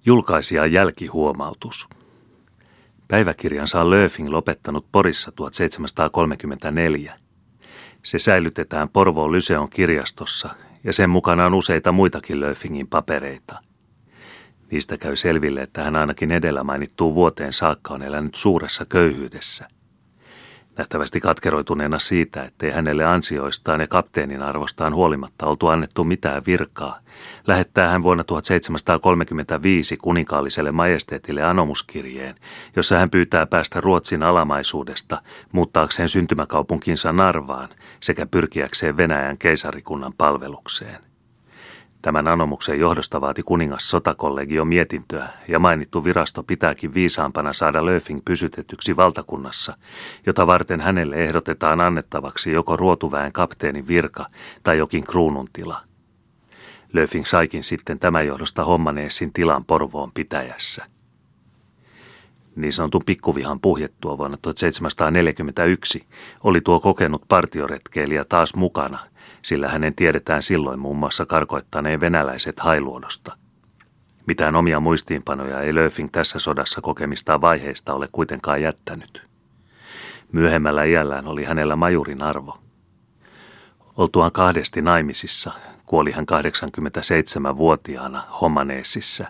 Julkaisijan jälkihuomautus. Päiväkirjansa on Löfing lopettanut Porissa 1734. Se säilytetään Porvoon Lyseon kirjastossa ja sen mukana on useita muitakin Löfingin papereita. Niistä käy selville, että hän ainakin edellä mainittuun vuoteen saakka on elänyt suuressa köyhyydessä. Nähtävästi katkeroituneena siitä, ettei hänelle ansioistaan ja kapteenin arvostaan huolimatta oltu annettu mitään virkaa, lähettää hän vuonna 1735 kuninkaalliselle majesteetille anomuskirjeen, jossa hän pyytää päästä Ruotsin alamaisuudesta muuttaakseen syntymäkaupunkinsa Narvaan sekä pyrkiäkseen Venäjän keisarikunnan palvelukseen. Tämän anomuksen johdosta vaati kuningas sotakollegio mietintöä ja mainittu virasto pitääkin viisaampana saada Löfing pysytetyksi valtakunnassa, jota varten hänelle ehdotetaan annettavaksi joko ruotuväen kapteenin virka tai jokin kruununtila. Löfing saikin sitten tämän johdosta Hommaneessin tilan Porvoon pitäjässä. Niin sanotun pikkuvihan puhjettua vuonna 1741 oli tuo kokenut partioretkeilijä taas mukana, sillä hänen tiedetään silloin muun muassa karkoittaneen venäläiset Hailuodosta. Mitään omia muistiinpanoja ei Löfing tässä sodassa kokemistaan vaiheista ole kuitenkaan jättänyt. Myöhemmällä iällään oli hänellä majurin arvo. Oltuaan kahdesti naimisissa kuoli hän 87-vuotiaana Hommaneessissä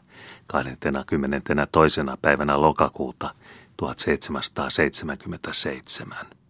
22. päivänä lokakuuta 1777.